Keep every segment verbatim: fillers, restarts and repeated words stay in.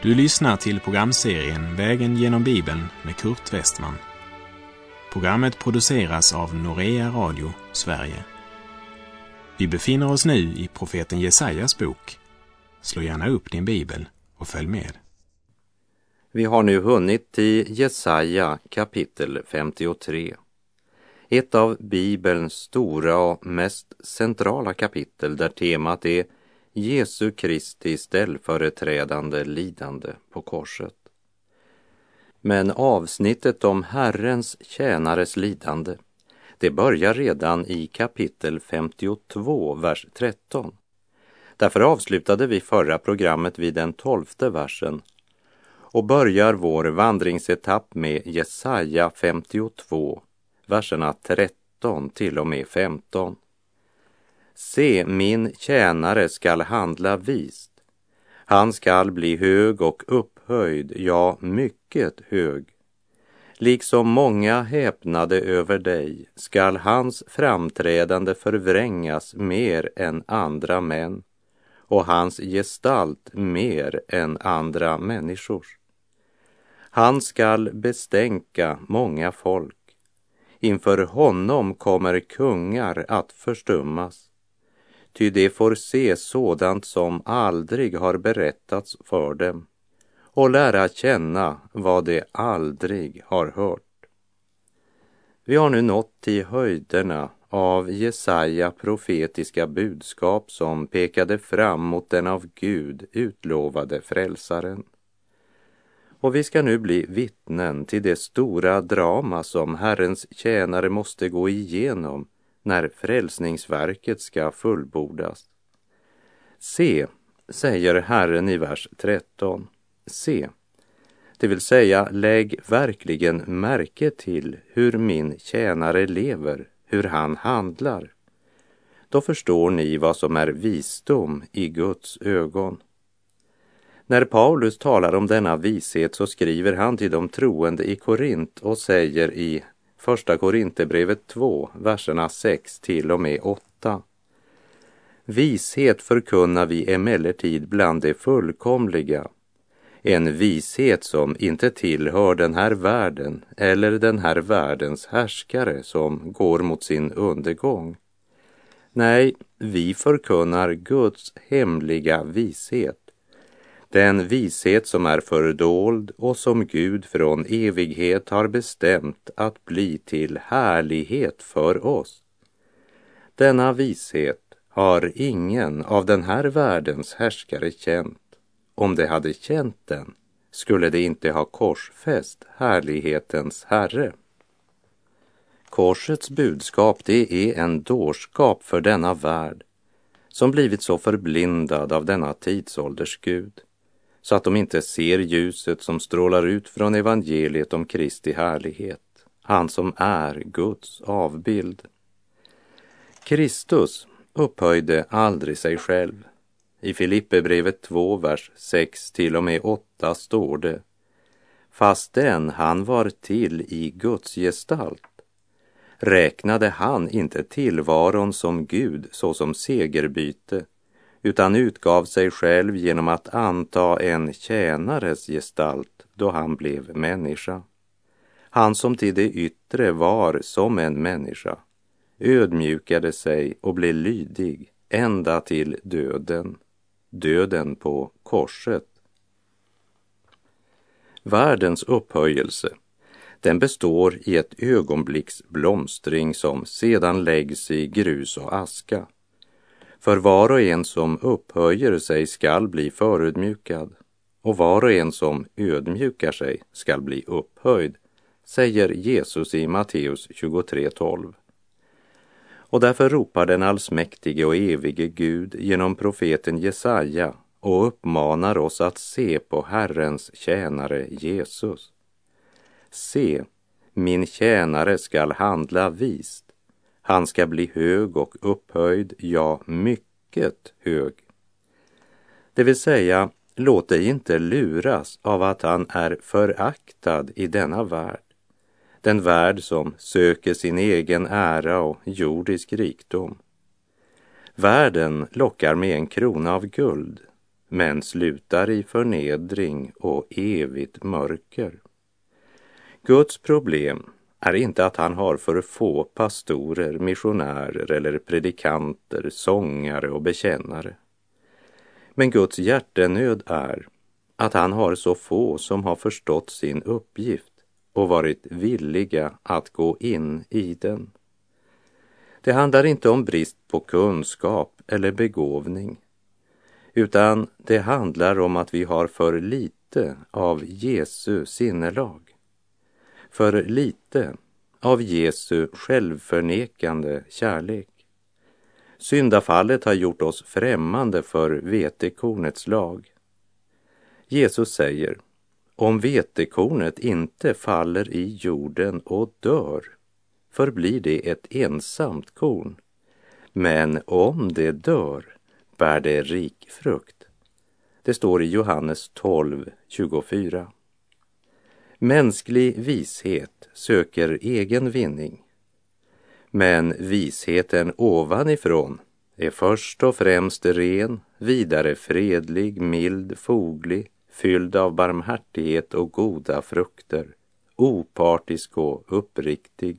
Du lyssnar till programserien Vägen genom Bibeln med Kurt Westman. Programmet produceras av Norea Radio, Sverige. Vi befinner oss nu i profeten Jesajas bok. Slå gärna upp din bibel och följ med. Vi har nu hunnit till Jesaja kapitel femtiotre. Ett av Bibelns stora och mest centrala kapitel där temat är Jesu Kristi ställföreträdande lidande på korset. Men avsnittet om Herrens tjänares lidande, det börjar redan i kapitel femtiotvå, vers tretton. Därför avslutade vi förra programmet vid den tolfte versen och börjar vår vandringsetapp med Jesaja femtiotvå, verserna tretton till och med femton. Se, min tjänare skall handla vist. Han skall bli hög och upphöjd, ja, mycket hög. Liksom många häpnade över dig skall hans framträdande förvrängas mer än andra män och hans gestalt mer än andra människors. Han skall bestänka många folk. Inför honom kommer kungar att förstummas. Ty de får se sådant som aldrig har berättats för dem och lära känna vad de aldrig har hört. Vi har nu nått till höjderna av Jesaja profetiska budskap som pekade fram mot den av Gud utlovade frälsaren. Och vi ska nu bli vittnen till det stora drama som Herrens tjänare måste gå igenom när frälsningsverket ska fullbordas. Se, säger Herren i vers tretton, se, det vill säga lägg verkligen märke till hur min tjänare lever, hur han handlar. Då förstår ni vad som är visdom i Guds ögon. När Paulus talar om denna vishet så skriver han till de troende i Korint och säger i Första Korinthierbrevet två, verserna sex till och med åtta. Vishet förkunnar vi emellertid bland det fullkomliga. En vishet som inte tillhör den här världen eller den här världens härskare som går mot sin undergång. Nej, vi förkunnar Guds hemliga vishet. Den vishet som är fördold och som Gud från evighet har bestämt att bli till härlighet för oss. Denna vishet har ingen av den här världens härskare känt. Om de hade känt den skulle de inte ha korsfäst härlighetens Herre. Korsets budskap, det är en dårskap för denna värld som blivit så förblindad av denna tidsålders Gud, så att de inte ser ljuset som strålar ut från evangeliet om Kristi härlighet, han som är Guds avbild. Kristus upphöjde aldrig sig själv. I Filipperbrevet två, vers sex till och med åtta står det: fastän han var till i Guds gestalt, räknade han inte tillvaron som Gud såsom segerbyte, utan utgav sig själv genom att anta en tjänares gestalt då han blev människa. Han som till det yttre var som en människa, ödmjukade sig och blev lydig ända till döden, döden på korset. Världens upphöjelse, den består i ett ögonblicks blomstring som sedan läggs i grus och aska. För var och en som upphöjer sig skall bli förödmjukad, och var och en som ödmjukar sig skall bli upphöjd, säger Jesus i Matteus tjugotre tolv. Och därför ropar den allsmäktige och evige Gud genom profeten Jesaja och uppmanar oss att se på Herrens tjänare Jesus. Se, min tjänare skall handla vist. Han ska bli hög och upphöjd, ja, mycket hög. Det vill säga, låt dig inte luras av att han är föraktad i denna värld. Den värld som söker sin egen ära och jordisk rikdom. Världen lockar med en krona av guld, men slutar i förnedring och evigt mörker. Guds problem är inte att han har för få pastorer, missionärer eller predikanter, sångare och bekännare. Men Guds hjärtenöd är att han har så få som har förstått sin uppgift och varit villiga att gå in i den. Det handlar inte om brist på kunskap eller begåvning, utan det handlar om att vi har för lite av Jesu sinnelag, för lite av Jesu självförnekande kärlek. Syndafallet har gjort oss främmande för vetekornets lag. Jesus säger, om vetekornet inte faller i jorden och dör, förblir det ett ensamt korn. Men om det dör, bär det rik frukt. Det står i Johannes tolv tjugofyra. Mänsklig vishet söker egen vinning. Men visheten ovanifrån är först och främst ren, vidare fredlig, mild, foglig, fylld av barmhärtighet och goda frukter, opartisk och uppriktig.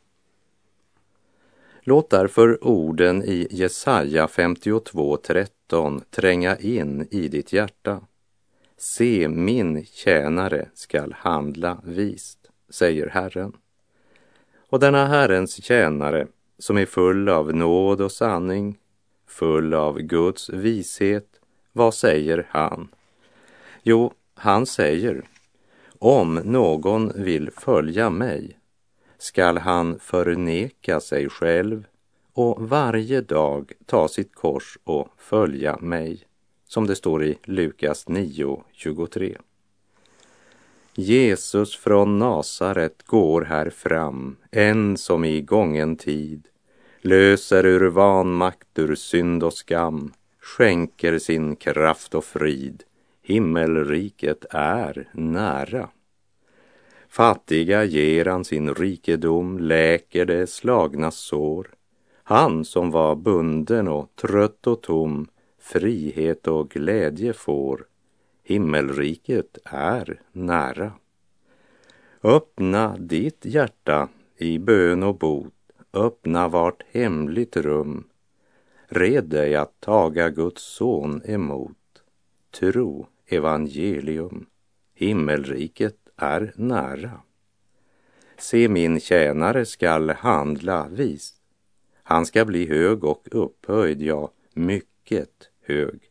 Låt därför orden i Jesaja femtiotvå tretton tränga in i ditt hjärta. Se, min tjänare skall handla vist, säger Herren. Och denna Herrens tjänare, som är full av nåd och sanning, full av Guds vishet, vad säger han? Jo, han säger, om någon vill följa mig, skall han förneka sig själv och varje dag ta sitt kors och följa mig, som det står i Lukas nio tjugotre. Jesus från Nasaret går här fram, en som i gången tid, löser ur vanmakt, ur synd och skam, skänker sin kraft och frid, himmelriket är nära. Fattiga ger han sin rikedom, läker det slagna sår. Han som var bunden och trött och tom, frihet och glädje får. Himmelriket är nära. Öppna ditt hjärta i bön och bot, öppna vart hemligt rum. Red dig att taga Guds son emot. Tro evangelium, himmelriket är nära. Se, min tjänare skall handla vis. Han ska bli hög och upphöjd, ja, mycket hög.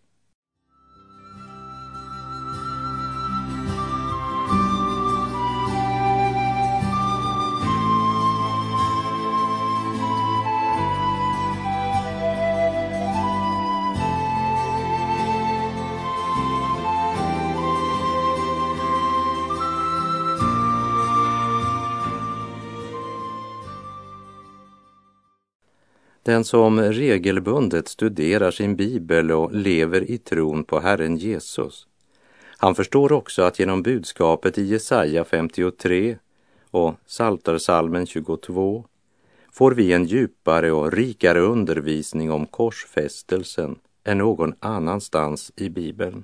Den som regelbundet studerar sin bibel och lever i tron på Herren Jesus, han förstår också att genom budskapet i Jesaja femtiotre och Psaltarpsalmen tjugotvå får vi en djupare och rikare undervisning om korsfästelsen än någon annanstans i Bibeln.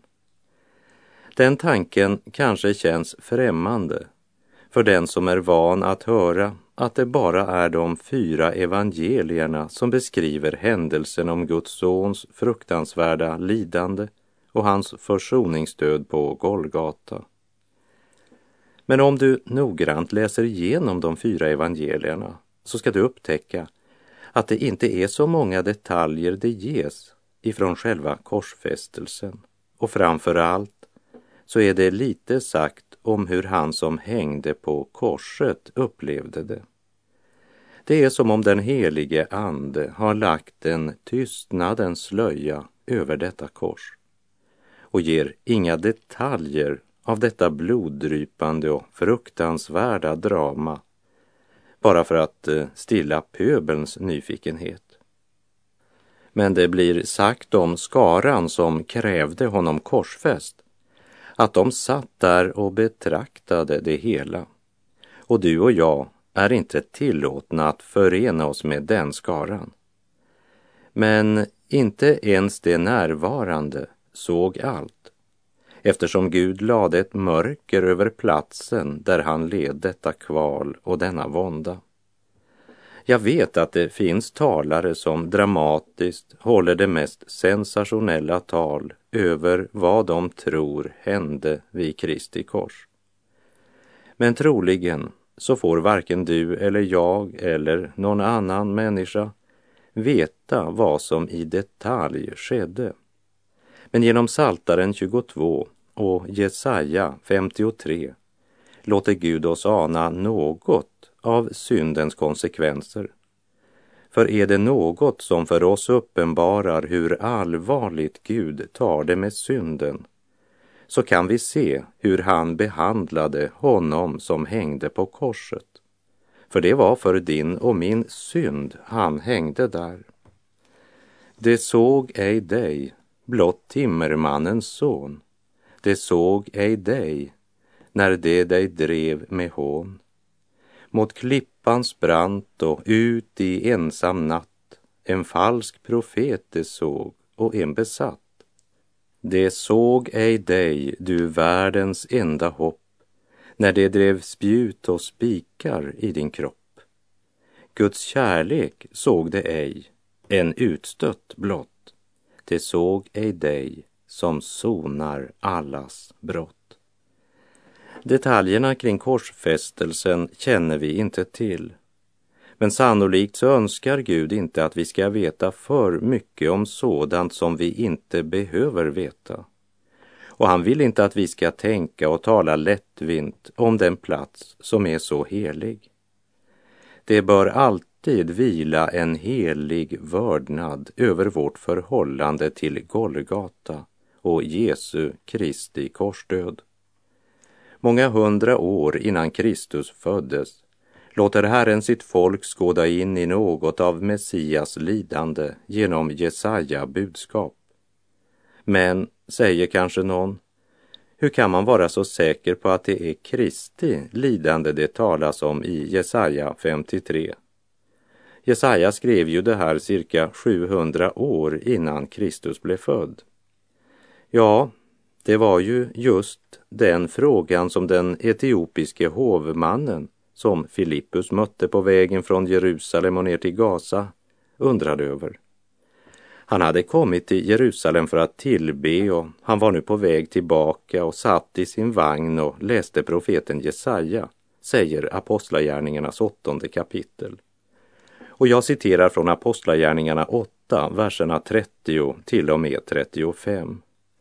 Den tanken kanske känns främmande för den som är van att höra att det bara är de fyra evangelierna som beskriver händelsen om Guds sons fruktansvärda lidande och hans försoningsdöd på Golgata. Men om du noggrant läser igenom de fyra evangelierna så ska du upptäcka att det inte är så många detaljer det ges ifrån själva korsfästelsen. Och framför allt så är det lite sagt om hur han som hängde på korset upplevde det. Det är som om den helige ande har lagt en tystnadens slöja över detta kors och ger inga detaljer av detta bloddrypande och fruktansvärda drama bara för att stilla pöbelns nyfikenhet. Men det blir sagt om skaran som krävde honom korsfäst, att de satt där och betraktade det hela. Och du och jag är inte tillåtna att förena oss med den skaran. Men inte ens de närvarande såg allt, eftersom Gud lade ett mörker över platsen där han led detta kval och denna vånda. Jag vet att det finns talare som dramatiskt håller det mest sensationella tal över vad de tror hände vid Kristi kors. Men troligen så får varken du eller jag eller någon annan människa veta vad som i detalj skedde. Men genom Psaltaren tjugotvå och Jesaja femtiotre låter Gud oss ana något av syndens konsekvenser. För är det något som för oss uppenbarar hur allvarligt Gud tar det med synden, så kan vi se hur han behandlade honom som hängde på korset. För det var för din och min synd han hängde där. Det såg ej dig, blott timmermannens son. Det såg ej dig, när det dig drev med hån. Mot klippans brant och ut i ensam natt, en falsk profet det såg och en besatt. Det såg ej dig, du världens enda hopp, när det drev spjut och spikar i din kropp. Guds kärlek såg det ej, en utstött blott. Det såg ej dig som sonar allas brott. Detaljerna kring korsfästelsen känner vi inte till. Men sannolikt så önskar Gud inte att vi ska veta för mycket om sådant som vi inte behöver veta. Och han vill inte att vi ska tänka och tala lättvint om den plats som är så helig. Det bör alltid vila en helig vördnad över vårt förhållande till Golgata och Jesu Kristi korsdöd. Många hundra år innan Kristus föddes låter Herren sitt folk skåda in i något av Messias lidande genom Jesaja budskap. Men, säger kanske någon, hur kan man vara så säker på att det är Kristi lidande det talas om i Jesaja femtiotre? Jesaja skrev ju det här cirka sjuhundra år innan Kristus blev född. Ja, det var ju just den frågan som den etiopiske hovmannen som Filippus mötte på vägen från Jerusalem och ner till Gaza undrade över. Han hade kommit till Jerusalem för att tillbe och han var nu på väg tillbaka och satt i sin vagn och läste profeten Jesaja, säger Apostlagärningarnas åttonde kapitel. Och jag citerar från Apostlagärningarna åtta, verserna trettio till och med trettiofem.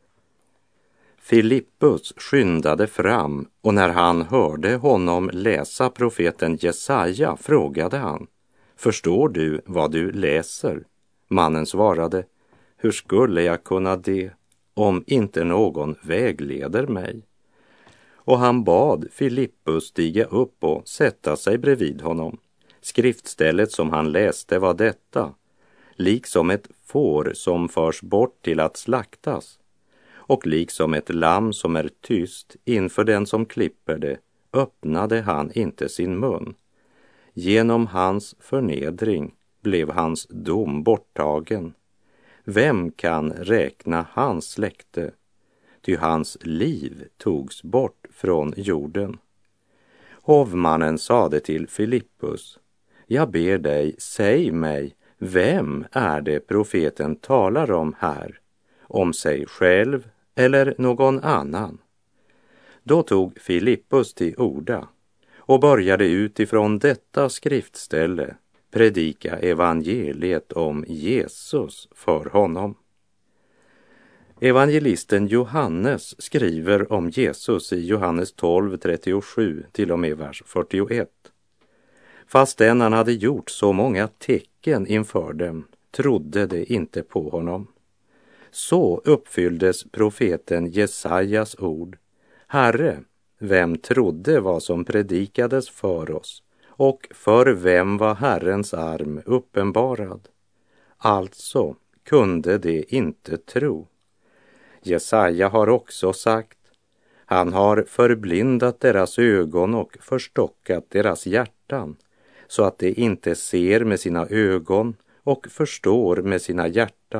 Filippus skyndade fram och när han hörde honom läsa profeten Jesaja frågade han: förstår du vad du läser? Mannen svarade: hur skulle jag kunna det om inte någon vägleder mig? Och han bad Filippus stiga upp och sätta sig bredvid honom. Skriftstället som han läste var detta: liksom ett får som förs bort till att slaktas, och liksom ett lamm som är tyst inför den som klipper det, öppnade han inte sin mun. Genom hans förnedring blev hans dom borttagen. Vem kan räkna hans släkte? Ty hans liv togs bort från jorden. Hovmannen sade till Filippus: jag ber dig, säg mig, vem är det profeten talar om här? Om sig själv eller någon annan? Då tog Filippus till orda och började utifrån detta skriftställe predika evangeliet om Jesus för honom. Evangelisten Johannes skriver om Jesus i Johannes tolv, trettiosju till och med vers fyrtioett. Fastän han hade gjort så många tecken inför dem, trodde de inte på honom. Så uppfylldes profeten Jesajas ord: Herre, vem trodde vad som predikades för oss, och för vem var Herrens arm uppenbarad? Alltså kunde de inte tro. Jesaja har också sagt: han har förblindat deras ögon och förstockat deras hjärtan, så att de inte ser med sina ögon och förstår med sina hjärtan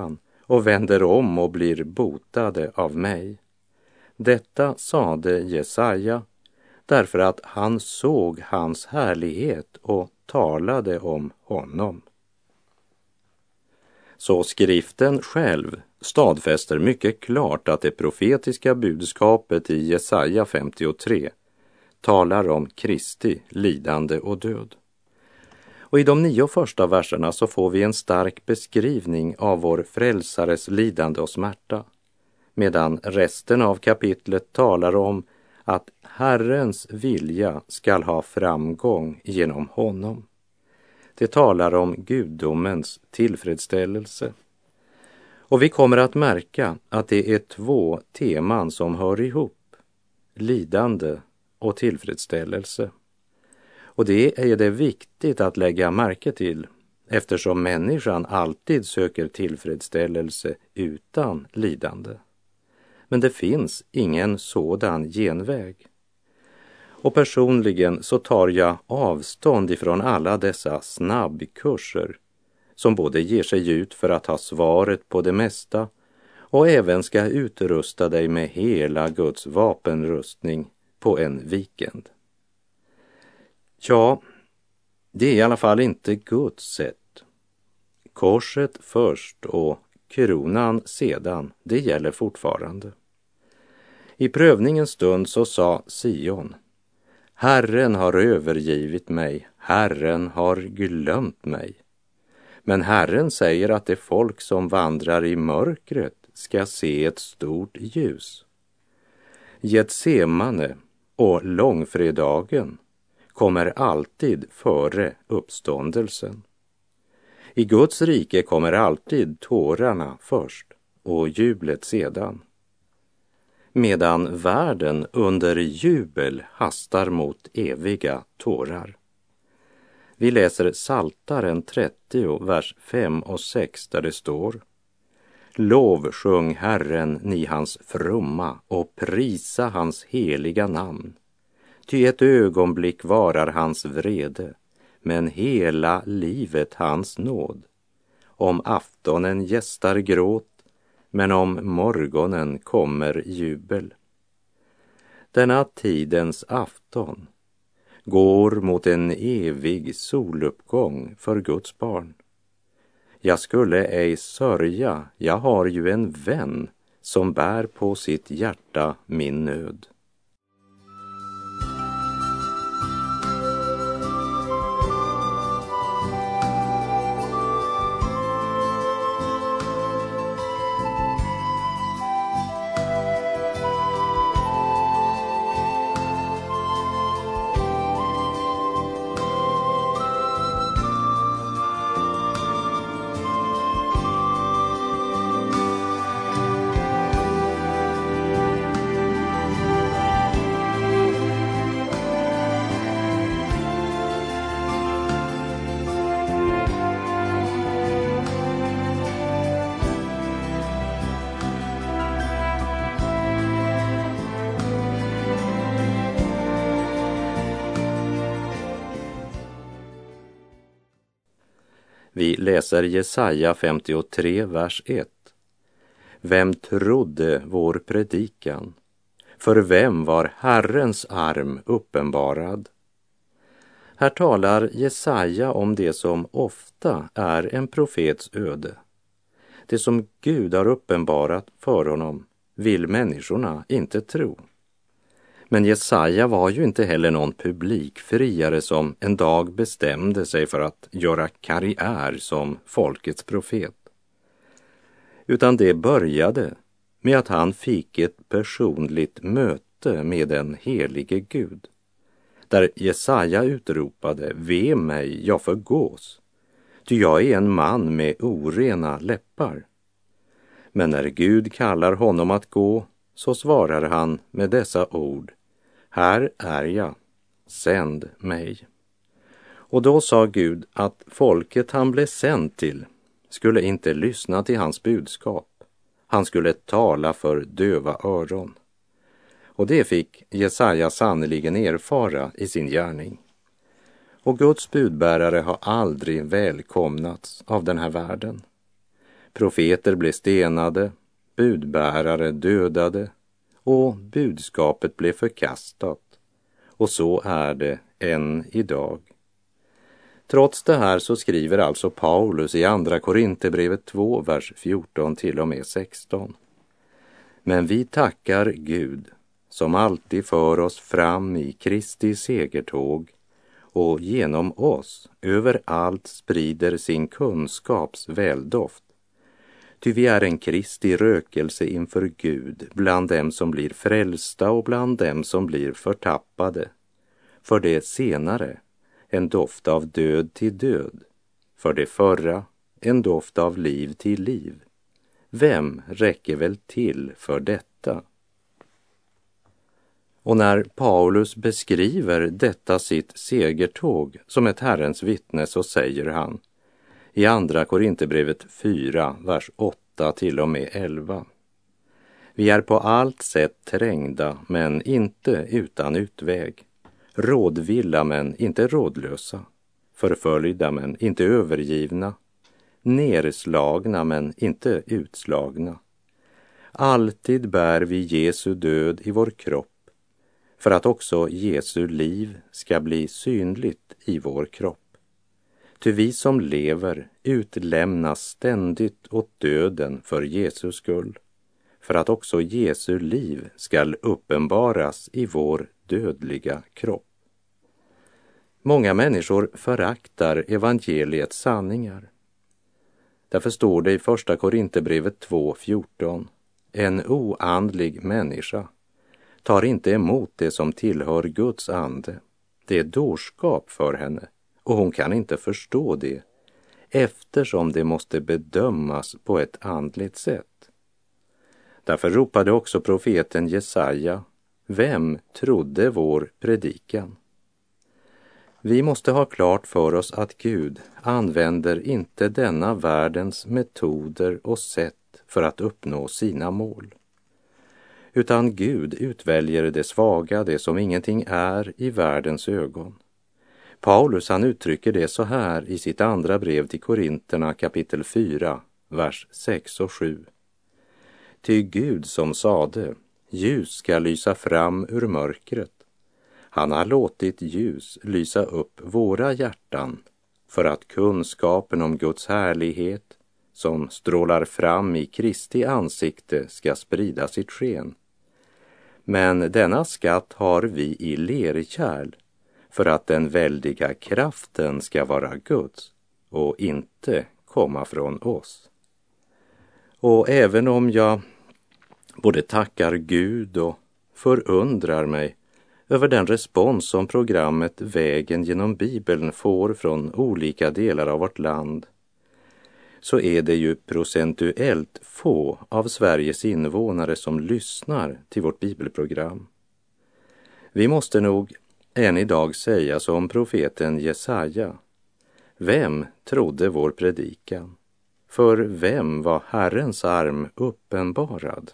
och vänder om och blir botade av mig. Detta sade Jesaja därför att han såg hans härlighet och talade om honom. Så skriften själv stadfäster mycket klart att det profetiska budskapet i Jesaja femtiotre talar om Kristi lidande och död. Och i de nio första verserna så får vi en stark beskrivning av vår frälsares lidande och smärta, medan resten av kapitlet talar om att Herrens vilja skall ha framgång genom honom. Det talar om gudomens tillfredsställelse. Och vi kommer att märka att det är två teman som hör ihop: lidande och tillfredsställelse. Och det är det viktigt att lägga märke till, eftersom människan alltid söker tillfredsställelse utan lidande. Men det finns ingen sådan genväg. Och personligen så tar jag avstånd ifrån alla dessa snabbkurser som både ger sig ut för att ha svaret på det mesta och även ska utrusta dig med hela Guds vapenrustning på en weekend. Ja, det är i alla fall inte Guds sätt. Korset först och kronan sedan, det gäller fortfarande. I prövningens stund så sa Sion: Herren har övergivit mig, Herren har glömt mig. Men Herren säger att det folk som vandrar i mörkret ska se ett stort ljus. Getsemane och långfredagen kommer alltid före uppståndelsen. I Guds rike kommer alltid tårarna först och jublet sedan. Medan världen under jubel hastar mot eviga tårar. Vi läser Psaltaren trettio, vers fem och sex, där det står: Lovsjung Herren, ni hans fromma, och prisa hans heliga namn. Ty ett ögonblick varar hans vrede, men hela livet hans nåd. Om aftonen gästar gråt, men om morgonen kommer jubel. Denna tidens afton går mot en evig soluppgång för Guds barn. Jag skulle ej sörja, jag har ju en vän som bär på sitt hjärta min nöd. Vi läser Jesaja femtiotre, vers ett. Vem trodde vår predikan? För vem var Herrens arm uppenbarad? Här talar Jesaja om det som ofta är en profets öde. Det som Gud har uppenbarat för honom vill människorna inte tro. Men Jesaja var ju inte heller någon publikfriare som en dag bestämde sig för att göra karriär som folkets profet. Utan det började med att han fick ett personligt möte med den helige Gud. Där Jesaja utropade: Ve mig, jag förgås, ty jag är en man med orena läppar. Men när Gud kallar honom att gå, så svarar han med dessa ord: Här är jag, sänd mig. Och då sa Gud att folket han blev sänd till skulle inte lyssna till hans budskap. Han skulle tala för döva öron. Och det fick Jesaja sannoliken erfara i sin gärning. Och Guds budbärare har aldrig välkomnats av den här världen. Profeter blev stenade, budbärare dödade och budskapet blev förkastat. Och så är det än idag. Trots det här så skriver alltså Paulus i andra Korinthierbrevet två, vers fjorton till och med sexton. Men vi tackar Gud som alltid för oss fram i Kristi segertåg och genom oss överallt sprider sin kunskaps väldoft. Ty vi är en Kristi rökelse inför Gud bland dem som blir frälsta och bland dem som blir förtappade. För det senare en doft av död till död, för det förra en doft av liv till liv. Vem räcker väl till för detta? Och när Paulus beskriver detta sitt segertåg som ett Herrens vittne så säger han i andra Korinthierbrevet fyra, vers åtta till och med elva. Vi är på allt sätt trängda, men inte utan utväg. Rådvilla, men inte rådlösa. Förföljda, men inte övergivna. Nerslagna, men inte utslagna. Alltid bär vi Jesu död i vår kropp, för att också Jesu liv ska bli synligt i vår kropp. Ty vi som lever utlämnas ständigt åt döden för Jesus skull, för att också Jesu liv skall uppenbaras i vår dödliga kropp. Många människor föraktar evangeliets sanningar. Därför står det i första Korinthierbrevet två fjorton: en oandlig människa tar inte emot det som tillhör Guds ande. Det är dårskap för henne, och hon kan inte förstå det, eftersom det måste bedömas på ett andligt sätt. Därför ropade också profeten Jesaja: vem trodde vår predikan? Vi måste ha klart för oss att Gud använder inte denna världens metoder och sätt för att uppnå sina mål. Utan Gud utväljer det svaga, det som ingenting är i världens ögon. Paulus han uttrycker det så här i sitt andra brev till Korinterna kapitel fyra, vers sex och sju. Ty Gud som sade, ljus ska lysa fram ur mörkret. Han har låtit ljus lysa upp våra hjärtan för att kunskapen om Guds härlighet som strålar fram i Kristi ansikte ska sprida sitt sken. Men denna skatt har vi i lerkärl för att den väldiga kraften ska vara Guds och inte komma från oss. Och även om jag både tackar Gud och förundrar mig över den respons som programmet Vägen genom Bibeln får från olika delar av vårt land, så är det ju procentuellt få av Sveriges invånare som lyssnar till vårt bibelprogram. Vi måste nog än idag säga som profeten Jesaja: vem trodde vår predikan? För vem var Herrens arm uppenbarad?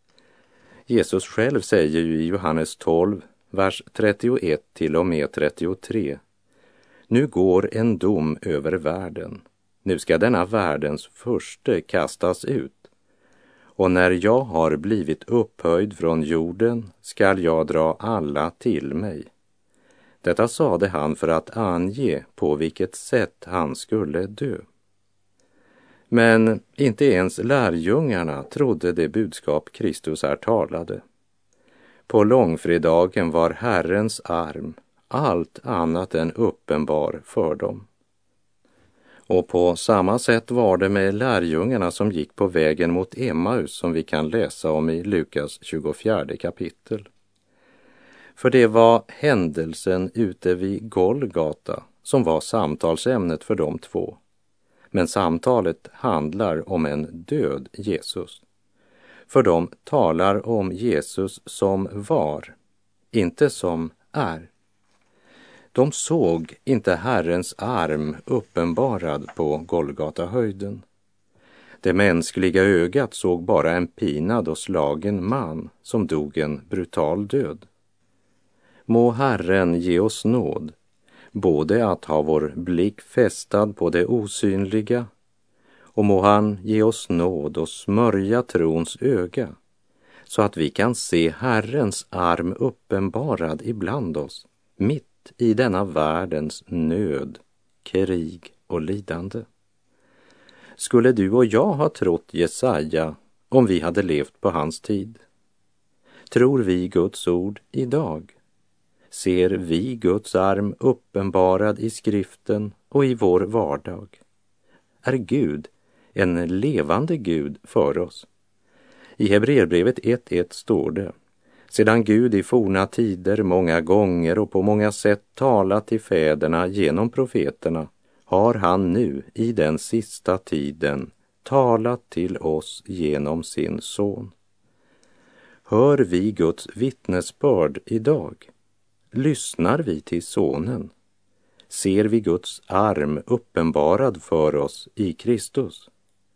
Jesus själv säger ju i Johannes tolv, vers trettioett till och med trettiotre: nu går en dom över världen. Nu ska denna världens furste kastas ut. Och när jag har blivit upphöjd från jorden skall jag dra alla till mig. Detta sade han för att ange på vilket sätt han skulle dö. Men inte ens lärjungarna trodde det budskap Kristus här talade. På långfredagen var Herrens arm allt annat än uppenbar för dem. Och på samma sätt var det med lärjungarna som gick på vägen mot Emmaus, som vi kan läsa om i Lukas tjugofjärde kapitel. För det var händelsen ute vid Golgata som var samtalsämnet för de två. Men samtalet handlar om en död Jesus. För de talar om Jesus som var, inte som är. De såg inte Herrens arm uppenbarad på Golgata-höjden. Det mänskliga ögat såg bara en pinad och slagen man som dog en brutal död. Må Herren ge oss nåd, både att ha vår blick fästad på det osynliga Och må han ge oss nåd och smörja trons öga, så att vi kan se Herrens arm uppenbarad ibland oss, mitt i denna världens nöd, krig och lidande. Skulle du och jag ha trott Jesaja om vi hade levt på hans tid? Tror vi Guds ord idag? Ser vi Guds arm uppenbarad i skriften och i vår vardag? Är Gud en levande Gud för oss? I Hebreerbrevet ett ett står det: sedan Gud i forna tider många gånger och på många sätt talat till fäderna genom profeterna, har han nu i den sista tiden talat till oss genom sin son. Hör vi Guds vittnesbörd idag? Lyssnar vi till sonen? Ser vi Guds arm uppenbarad för oss i Kristus?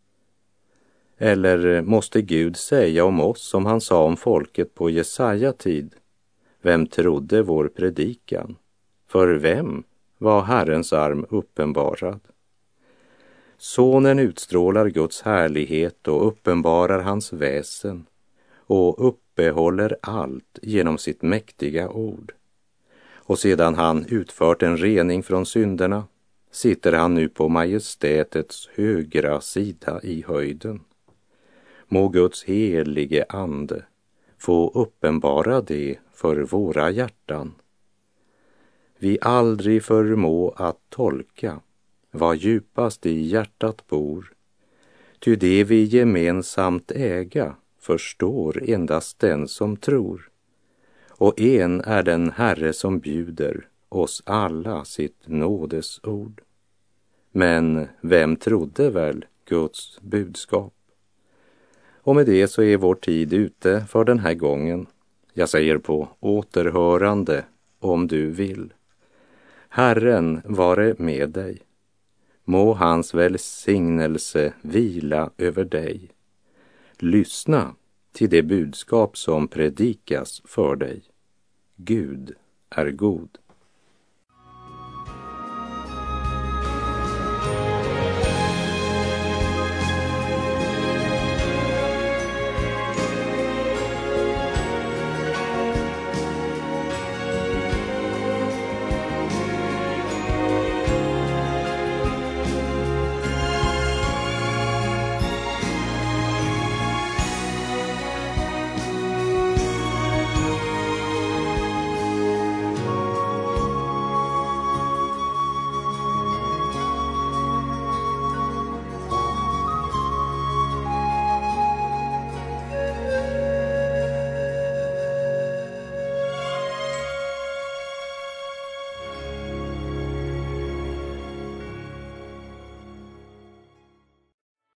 Eller måste Gud säga om oss som han sa om folket på Jesaja tid: vem trodde vår predikan? För vem var Herrens arm uppenbarad? Sonen utstrålar Guds härlighet och uppenbarar hans väsen och uppehåller allt genom sitt mäktiga ord. Och sedan han utfört en rening från synderna sitter han nu på majestätets högra sida i höjden. Må Guds helige ande få uppenbara det för våra hjärtan. Vi aldrig förmå att tolka vad djupast i hjärtat bor, ty det vi gemensamt äga förstår endast den som tror. Och en är den Herre som bjuder oss alla sitt nådesord. Men vem trodde väl Guds budskap? Och med det så är vår tid ute för den här gången. Jag säger på återhörande om du vill. Herren vare med dig. Må hans välsignelse vila över dig. Lyssna till det budskap som predikas för dig. Gud är god.